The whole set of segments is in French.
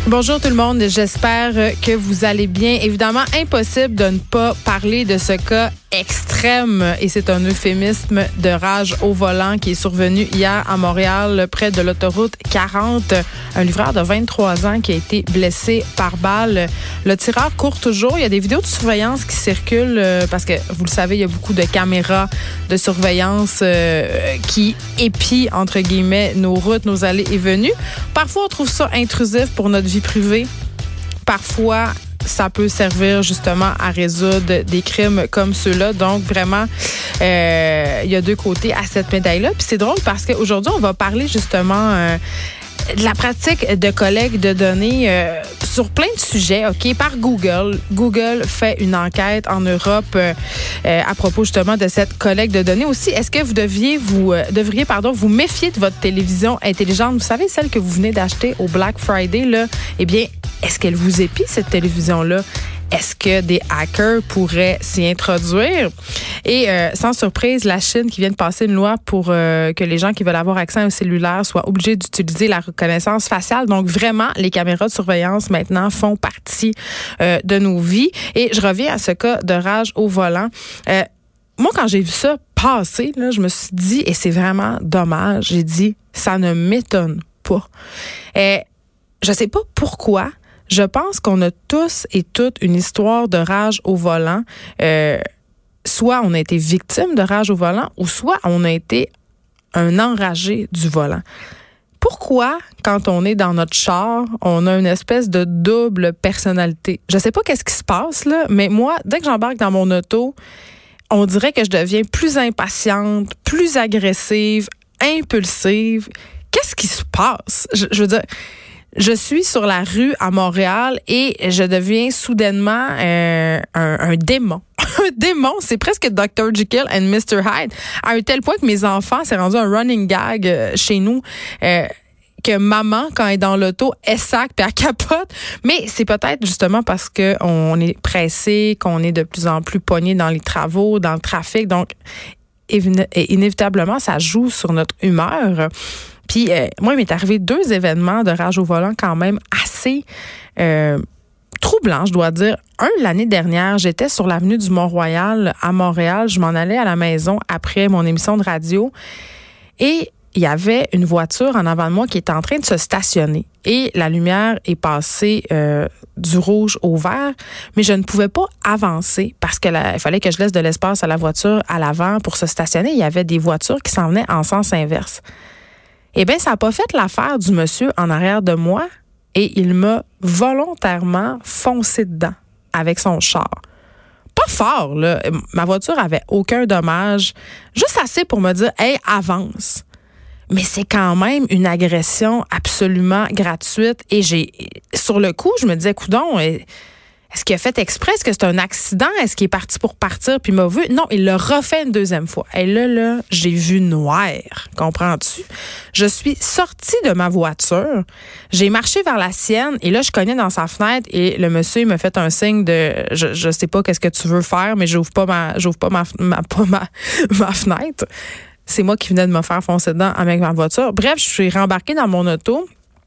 Bonjour tout le monde, j'espère que vous allez bien. Évidemment, impossible de ne pas parler de ce cas extrême, et c'est un euphémisme, de rage au volant qui est survenu hier à Montréal, près de l'autoroute 40. Un livreur de 23 ans qui a été blessé par balle. Le tireur court toujours. Il y a des vidéos de surveillance qui circulent parce que, vous le savez, il y a beaucoup de caméras de surveillance qui épient, entre guillemets, nos routes, nos allées et venues. Parfois, on trouve ça intrusif pour notre vie privée. Parfois, ça peut servir justement à résoudre des crimes comme ceux-là. Donc, vraiment, il y a deux côtés à cette médaille-là. Puis c'est drôle parce qu'aujourd'hui, on va parler justement de la pratique de collecte de données sur plein de sujets, OK, par Google. Google fait une enquête en Europe à propos justement de cette collecte de données. Aussi, est-ce que vous devriez vous méfier de votre télévision intelligente? Vous savez, celle que vous venez d'acheter au Black Friday, là, eh bien, est-ce qu'elle vous épie, cette télévision-là? Est-ce que des hackers pourraient s'y introduire? Et sans surprise, la Chine qui vient de passer une loi pour que les gens qui veulent avoir accès à un cellulaire soient obligés d'utiliser la reconnaissance faciale. Donc vraiment, les caméras de surveillance maintenant font partie de nos vies. Et je reviens à ce cas de rage au volant. Moi, quand j'ai vu ça passer, là, je me suis dit, et c'est vraiment dommage, j'ai dit, ça ne m'étonne pas. Je sais pas pourquoi. Je pense qu'on a tous et toutes une histoire de rage au volant. Soit on a été victime de rage au volant, ou soit on a été un enragé du volant. Pourquoi, quand on est dans notre char, on a une espèce de double personnalité? Je sais pas qu'est-ce qui se passe, là, mais moi, dès que j'embarque dans mon auto, on dirait que je deviens plus impatiente, plus agressive, impulsive. Qu'est-ce qui se passe? Je veux dire, je suis sur la rue à Montréal et je deviens soudainement un démon. Un démon, c'est presque Dr. Jekyll and Mr. Hyde, à un tel point que mes enfants, c'est rendu un running gag chez nous, que maman, quand elle est dans l'auto, elle sac puis elle capote. Mais c'est peut-être justement parce que on est pressé, qu'on est de plus en plus pogné dans les travaux, dans le trafic. Donc, inévitablement, ça joue sur notre humeur. Puis, moi, il m'est arrivé 2 événements de rage au volant quand même assez troublants, je dois dire. Un, l'année dernière, j'étais sur l'avenue du Mont-Royal à Montréal. Je m'en allais à la maison après mon émission de radio. Et il y avait une voiture en avant de moi qui était en train de se stationner. Et la lumière est passée du rouge au vert, mais je ne pouvais pas avancer parce que il fallait que je laisse de l'espace à la voiture à l'avant pour se stationner. Il y avait des voitures qui s'en venaient en sens inverse. Eh bien, ça n'a pas fait l'affaire du monsieur en arrière de moi et il m'a volontairement foncé dedans avec son char. Pas fort, là. Ma voiture avait aucun dommage. Juste assez pour me dire, hey, avance. Mais c'est quand même une agression absolument gratuite. Et sur le coup, je me disais, coudonc, est-ce qu'il a fait exprès? Est-ce que c'est un accident? Est-ce qu'il est parti pour partir puis m'a vu? Non, il l'a refait une deuxième fois. Et là, j'ai vu noir. Comprends-tu? Je suis sortie de ma voiture. J'ai marché vers la sienne et là, je cognais dans sa fenêtre et le monsieur, il m'a fait un signe de, je sais pas qu'est-ce que tu veux faire, mais j'ouvre pas ma fenêtre. C'est moi qui venais de me faire foncer dedans avec ma voiture. Bref, je suis rembarquée dans mon auto.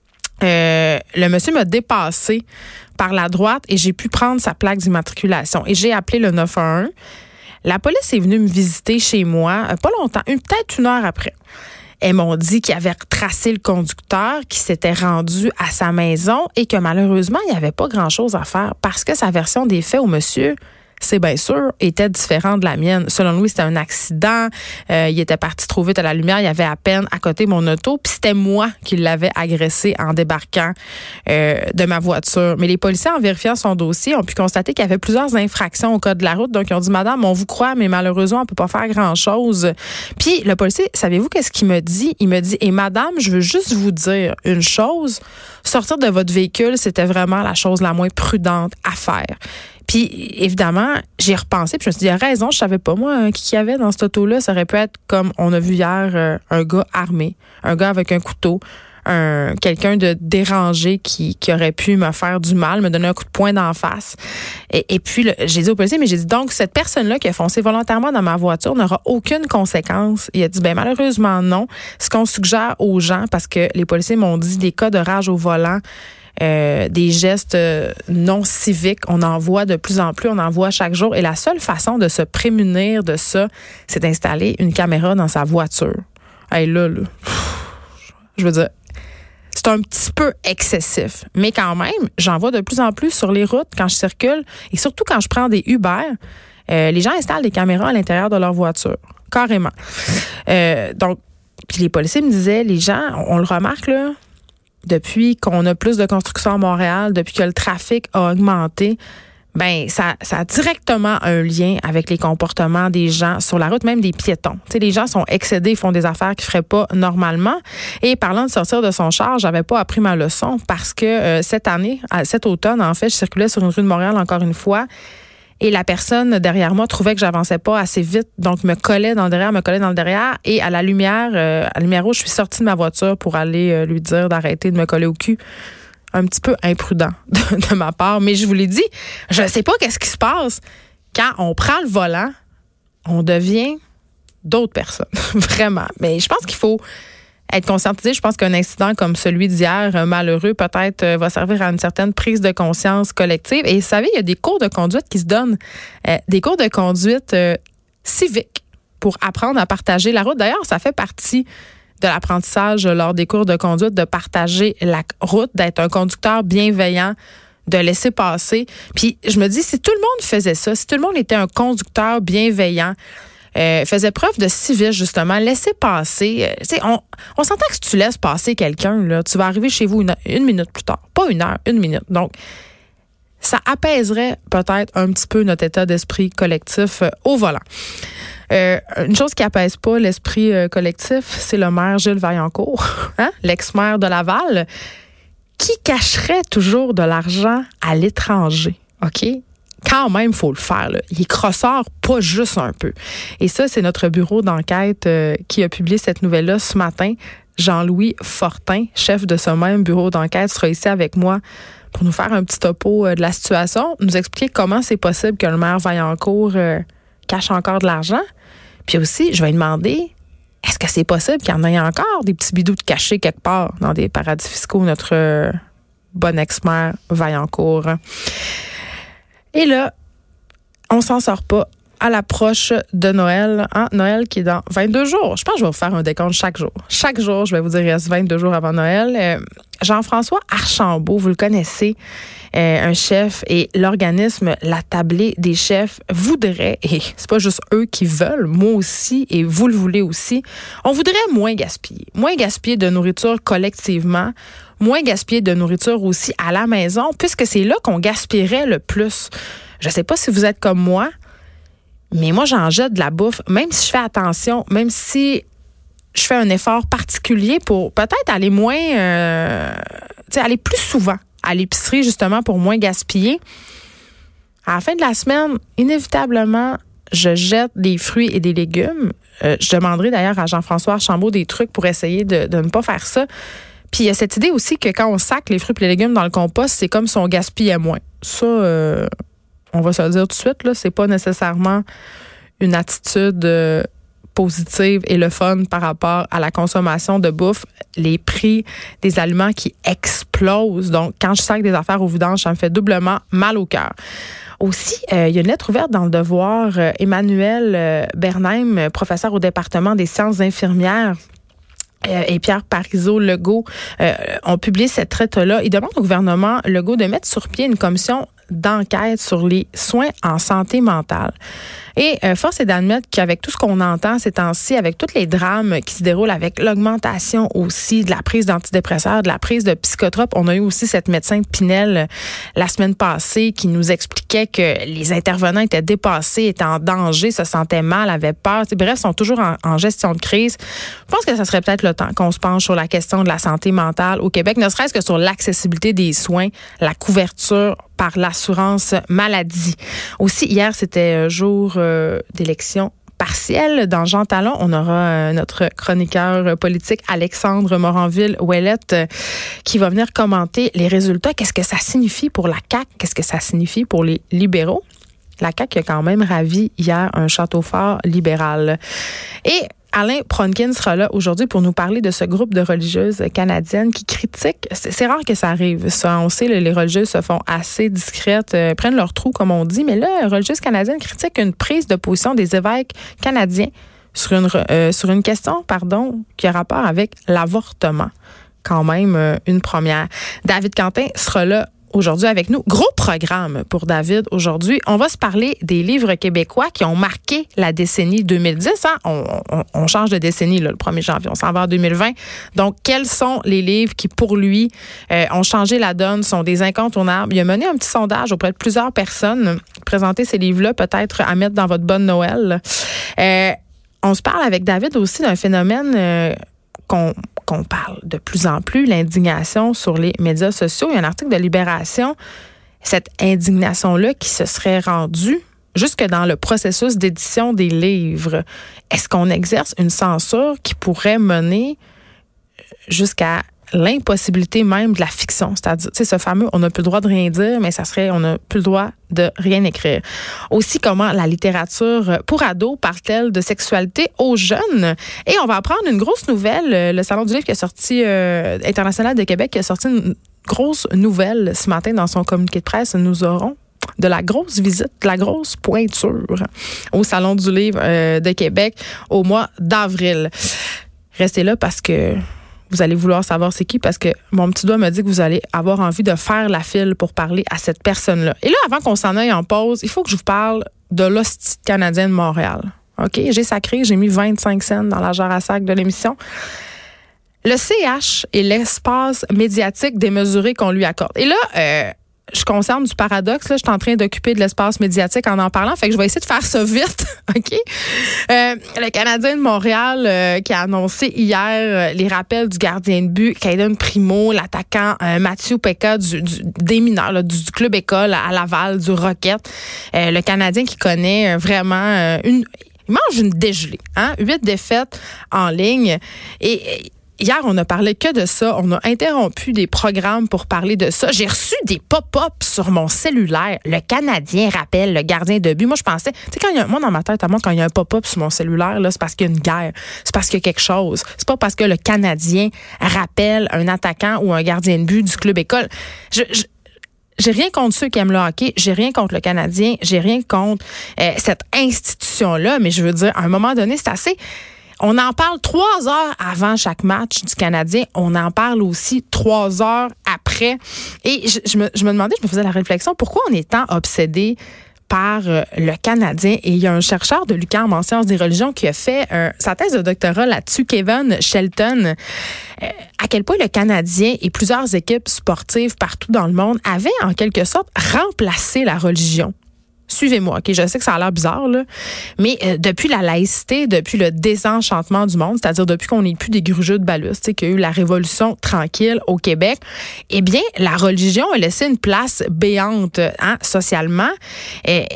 Le monsieur m'a dépassé par la droite et j'ai pu prendre sa plaque d'immatriculation. Et j'ai appelé le 911. La police est venue me visiter chez moi pas longtemps, peut-être 1 heure après. Elles m'ont dit qu'ils avaient retracé le conducteur, qui s'était rendu à sa maison et que malheureusement, il n'y avait pas grand-chose à faire parce que sa version des faits au monsieur, c'est bien sûr, était différent de la mienne. Selon lui, c'était un accident. Il était parti trop vite à la lumière. Il y avait à peine à côté mon auto. Puis c'était moi qui l'avais agressé en débarquant de ma voiture. Mais les policiers, en vérifiant son dossier, ont pu constater qu'il y avait plusieurs infractions au code de la route. Donc, ils ont dit, madame, on vous croit, mais malheureusement, on peut pas faire grand-chose. Puis le policier, savez-vous qu'est-ce qu'il me dit? Il me dit, et madame, je veux juste vous dire une chose. Sortir de votre véhicule, c'était vraiment la chose la moins prudente à faire. Puis, évidemment, j'ai repensé, puis je me suis dit, il a raison, je savais pas, moi, qui y avait dans cette auto-là. Ça aurait pu être, comme on a vu hier, un gars armé, un gars avec un couteau, quelqu'un de dérangé qui aurait pu me faire du mal, me donner un coup de poing d'en face. Et puis, j'ai dit au policier, mais j'ai dit, donc, cette personne-là qui a foncé volontairement dans ma voiture n'aura aucune conséquence. Il a dit, ben malheureusement, non. Ce qu'on suggère aux gens, parce que les policiers m'ont dit des cas de rage au volant, des gestes non civiques. On en voit de plus en plus, on en voit chaque jour. Et la seule façon de se prémunir de ça, c'est d'installer une caméra dans sa voiture. Hey, là, je veux dire, c'est un petit peu excessif. Mais quand même, j'en vois de plus en plus sur les routes quand je circule et surtout quand je prends des Uber. Les gens installent des caméras à l'intérieur de leur voiture. Carrément. Donc, puis les policiers me disaient, les gens, on le remarque, là, depuis qu'on a plus de construction à Montréal, depuis que le trafic a augmenté, ben ça a directement un lien avec les comportements des gens sur la route, même des piétons. Tu sais, les gens sont excédés, ils font des affaires qu'ils feraient pas normalement. Et parlant de sortir de son char, j'avais pas appris ma leçon parce que cet automne, en fait, je circulais sur une rue de Montréal encore une fois. Et la personne derrière moi trouvait que j'avançais pas assez vite, donc me collait dans le derrière. Et à la lumière rouge, je suis sortie de ma voiture pour aller lui dire d'arrêter de me coller au cul. Un petit peu imprudent de ma part. Mais je vous l'ai dit, je ne sais pas qu'est-ce qui se passe. Quand on prend le volant, on devient d'autres personnes. Vraiment. Mais je pense qu'il faut être conscientisé. Je pense qu'un incident comme celui d'hier, malheureux, peut-être va servir à une certaine prise de conscience collective. Et vous savez, il y a des cours de conduite qui se donnent, des cours de conduite civique pour apprendre à partager la route. D'ailleurs, ça fait partie de l'apprentissage lors des cours de conduite, de partager la route, d'être un conducteur bienveillant, de laisser passer. Puis je me dis, si tout le monde faisait ça, si tout le monde était un conducteur bienveillant, faisait preuve de civisme, justement, laisser passer. On s'entend que si tu laisses passer quelqu'un, là, tu vas arriver chez vous une minute plus tard. Pas une heure, une minute. Donc, ça apaiserait peut-être un petit peu notre état d'esprit collectif au volant. Une chose qui apaise pas l'esprit collectif, c'est le maire Gilles Vaillancourt, l'ex-maire de Laval, qui cacherait toujours de l'argent à l'étranger. OK? Quand même, il faut le faire. Là. Il est crosseur, pas juste un peu. Et ça, c'est notre bureau d'enquête qui a publié cette nouvelle-là ce matin. Jean-Louis Fortin, chef de ce même bureau d'enquête, sera ici avec moi pour nous faire un petit topo de la situation, nous expliquer comment c'est possible que le maire Vaillancourt cache encore de l'argent. Puis aussi, je vais lui demander, est-ce que c'est possible qu'il y en ait encore des petits bidous de cachés quelque part dans des paradis fiscaux, notre bon ex-maire Vaillancourt? Et là, on s'en sort pas à l'approche de Noël. Noël qui est dans 22 jours. Je pense que je vais vous faire un décompte chaque jour. Chaque jour, je vais vous dire, il reste 22 jours avant Noël. Jean-François Archambault, vous le connaissez, un chef, et l'organisme La Tablée des chefs voudrait, et c'est pas juste eux qui veulent, moi aussi, et vous le voulez aussi, on voudrait moins gaspiller de nourriture collectivement, moins gaspiller de nourriture aussi à la maison, puisque c'est là qu'on gaspillerait le plus. Je sais pas si vous êtes comme moi, mais moi, j'en jette de la bouffe, même si je fais attention, même si je fais un effort particulier pour peut-être aller moins, aller plus souvent à l'épicerie, justement, pour moins gaspiller. À la fin de la semaine, inévitablement, je jette des fruits et des légumes. Je demanderai d'ailleurs à Jean-François Archambault des trucs pour essayer de ne pas faire ça. Puis il y a cette idée aussi que quand on sac les fruits et les légumes dans le compost, c'est comme si on gaspillait moins. Ça, on va se le dire tout de suite, là, c'est pas nécessairement une attitude positive et le fun par rapport à la consommation de bouffe. Les prix des aliments qui explosent. Donc, quand je sac des affaires au vidange, ça me fait doublement mal au cœur. Aussi, il y a une lettre ouverte dans Le Devoir. Emmanuel Bernheim, professeur au département des sciences infirmières, et Pierre Parizeau-Legault ont publié cette lettre-là. Ils demandent au gouvernement Legault de mettre sur pied une commission d'enquête sur les soins en santé mentale. Et force est d'admettre qu'avec tout ce qu'on entend ces temps-ci, avec tous les drames qui se déroulent, avec l'augmentation aussi de la prise d'antidépresseurs, de la prise de psychotropes, on a eu aussi cette médecin de Pinel la semaine passée qui nous expliquait que les intervenants étaient dépassés, étaient en danger, se sentaient mal, avaient peur. Bref, sont toujours en gestion de crise. Je pense que ça serait peut-être le temps qu'on se penche sur la question de la santé mentale au Québec, ne serait-ce que sur l'accessibilité des soins, la couverture par l'assurance maladie. Aussi, hier, c'était jour d'élection partielle. Dans Jean Talon, on aura notre chroniqueur politique Alexandre Moranville-Ouellette qui va venir commenter les résultats. Qu'est-ce que ça signifie pour la CAQ? Qu'est-ce que ça signifie pour les libéraux? La CAQ a quand même ravi hier un château fort libéral. Et Alain Pronkin sera là aujourd'hui pour nous parler de ce groupe de religieuses canadiennes qui critiquent. C'est rare que ça arrive, ça. On sait, les religieuses se font assez discrètes, prennent leur trou, comme on dit. Mais là, les religieuses canadiennes critiquent une prise de position des évêques canadiens sur une question, qui a rapport avec l'avortement. Quand même, une première. David Quentin sera là aujourd'hui avec nous. Gros programme pour David aujourd'hui. On va se parler des livres québécois qui ont marqué la décennie 2010. On change de décennie le 1er janvier. On s'en va en 2020. Donc, quels sont les livres qui, pour lui, ont changé la donne, sont des incontournables? Il a mené un petit sondage auprès de plusieurs personnes. Présenter ces livres-là, peut-être à mettre dans votre bonne Noël. On se parle avec David aussi d'un phénomène qu'on parle de plus en plus, l'indignation sur les médias sociaux. Il y a un article de Libération, cette indignation-là qui se serait rendue jusque dans le processus d'édition des livres. Est-ce qu'on exerce une censure qui pourrait mener jusqu'à l'impossibilité même de la fiction? C'est-à-dire, tu sais, ce fameux « on n'a plus le droit de rien dire », mais ça serait « on n'a plus le droit de rien écrire ». Aussi, comment la littérature pour ados parle-t-elle de sexualité aux jeunes? Et on va apprendre une grosse nouvelle. Le Salon du livre qui est sorti, international de Québec, qui a sorti une grosse nouvelle ce matin dans son communiqué de presse. Nous aurons de la grosse visite, de la grosse pointure au Salon du livre de Québec au mois d'avril. Restez là parce que vous allez vouloir savoir c'est qui, parce que mon petit doigt me dit que vous allez avoir envie de faire la file pour parler à cette personne-là. Et là, avant qu'on s'en aille en pause, il faut que je vous parle de l'Hostie canadienne de Montréal. OK? J'ai mis 25 cents dans la jarre à sac de l'émission. Le CH est l'espace médiatique démesuré qu'on lui accorde. Et là, je concerne du paradoxe. Là, je suis en train d'occuper de l'espace médiatique en parlant. Fait que je vais essayer de faire ça vite. OK? Le Canadien de Montréal qui a annoncé hier les rappels du gardien de but, Caden Primo, l'attaquant Mathieu Pekka des mineurs, du club école à Laval, du Rocket. Le Canadien qui connaît vraiment il mange une dégelée. 8 défaites en ligne. Et hier, on a parlé que de ça. On a interrompu des programmes pour parler de ça. J'ai reçu des pop-ups sur mon cellulaire. Le Canadien rappelle le gardien de but. Moi, je pensais, tu sais, moi, dans ma tête, quand il y a un pop-up sur mon cellulaire, là, c'est parce qu'il y a une guerre. C'est parce qu'il y a quelque chose. C'est pas parce que le Canadien rappelle un attaquant ou un gardien de but du club école. J'ai rien contre ceux qui aiment le hockey, j'ai rien contre le Canadien, j'ai rien contre cette institution-là, mais je veux dire, à un moment donné, c'est assez. On en parle 3 heures avant chaque match du Canadien. On en parle aussi 3 heures après. Et je me demandais, je me faisais la réflexion, pourquoi on est tant obsédé par le Canadien? Et il y a un chercheur de l'UQAM en sciences des religions qui a fait sa thèse de doctorat là-dessus, Kevin Shelton, à quel point le Canadien et plusieurs équipes sportives partout dans le monde avaient en quelque sorte remplacé la religion. Suivez-moi, OK? Je sais que ça a l'air bizarre, là. Mais depuis la laïcité, depuis le désenchantement du monde, c'est-à-dire depuis qu'on n'est plus des grugeux de balus, tu sais, qu'il y a eu la révolution tranquille au Québec, eh bien, la religion a laissé une place béante, socialement. Et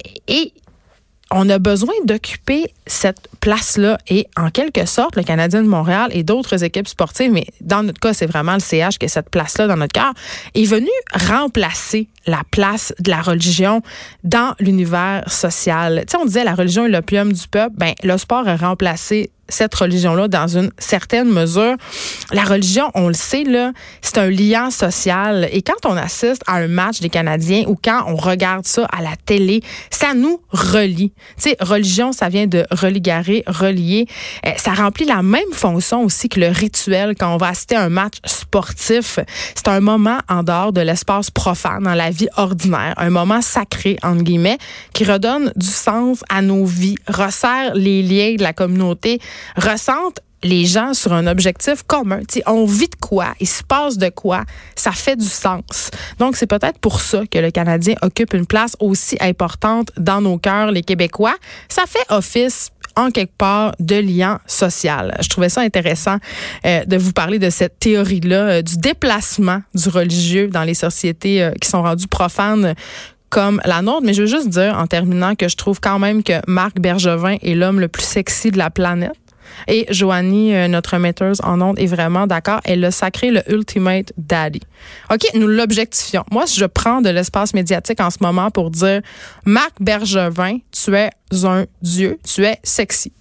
on a besoin d'occuper cette place-là. Et en quelque sorte, le Canadien de Montréal et d'autres équipes sportives, mais dans notre cas, c'est vraiment le CH qui a cette place-là dans notre cœur, est venu remplacer la place de la religion dans l'univers social. Tu sais, on disait la religion est l'opium du peuple. Ben, le sport a remplacé cette religion-là dans une certaine mesure. La religion, on le sait, là, c'est un liant social. Et quand on assiste à un match des Canadiens ou quand on regarde ça à la télé, ça nous relie. Tu sais, religion, ça vient de religarer, relier. Ça remplit la même fonction aussi que le rituel quand on va assister à un match sportif. C'est un moment en dehors de l'espace profane, dans la vie ordinaire. Un moment sacré, entre guillemets, qui redonne du sens à nos vies, resserre les liens de la communauté, recentre les gens sur un objectif commun. T'sais, on vit de quoi, il se passe de quoi, ça fait du sens. Donc, c'est peut-être pour ça que le Canadien occupe une place aussi importante dans nos cœurs, les Québécois. Ça fait office en quelque part de lien social. Je trouvais ça intéressant de vous parler de cette théorie-là, du déplacement du religieux dans les sociétés qui sont rendues profanes comme la nôtre. Mais je veux juste dire, en terminant, que je trouve quand même que Marc Bergevin est l'homme le plus sexy de la planète. Et Joanie, notre metteuse en ondes, est vraiment d'accord. Elle a sacré le Ultimate Daddy. OK, nous l'objectifions. Moi, je prends de l'espace médiatique en ce moment pour dire, Marc Bergevin, tu es un dieu, tu es sexy.